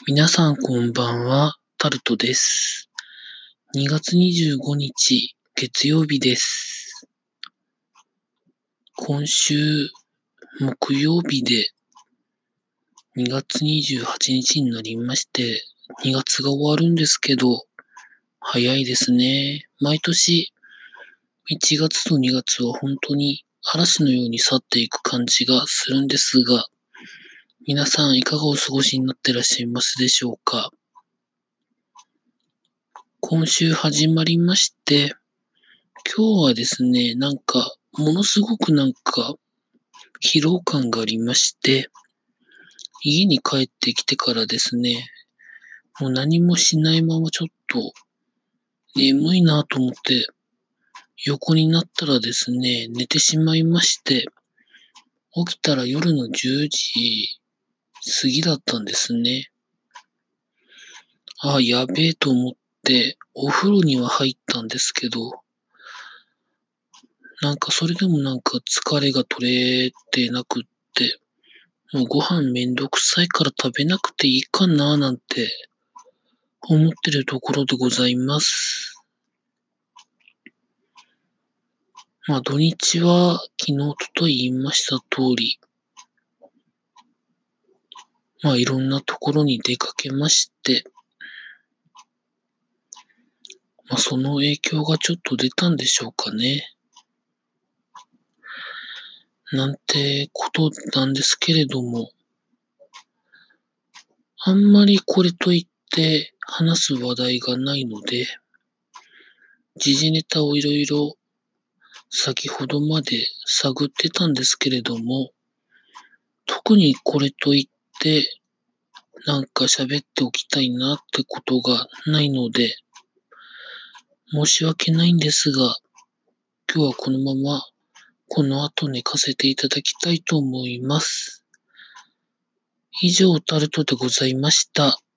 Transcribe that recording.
皆さんこんばんは、タルトです。2月25日、月曜日です。今週、木曜日で2月28日になりまして、2月が終わるんですけど、早いですね。毎年、1月と2月は本当に嵐のように去っていく感じがするんですが、皆さんいかがお過ごしになってらっしゃいますでしょうか。今週始まりまして、今日はですね、ものすごく疲労感がありまして、家に帰ってきてからですね、もう何もしないままちょっと眠いなと思って横になったらですね、寝てしまいまして、起きたら夜の10時過ぎだったんですね。ああ、やべえと思ってお風呂には入ったんですけど、それでも疲れが取れてなくって、もうご飯めんどくさいから食べなくていいかななんて思ってるところでございます。土日は昨日と言いました通り、いろんなところに出かけまして、その影響がちょっと出たんでしょうかね。なんてことなんですけれども、あんまりこれといって話す話題がないので、時事ネタをいろいろ先ほどまで探ってたんですけれども、特にこれといって喋っておきたいなってことがないので、申し訳ないんですが、今日はこのままこの後寝かせていただきたいと思います。以上、タルトでございました。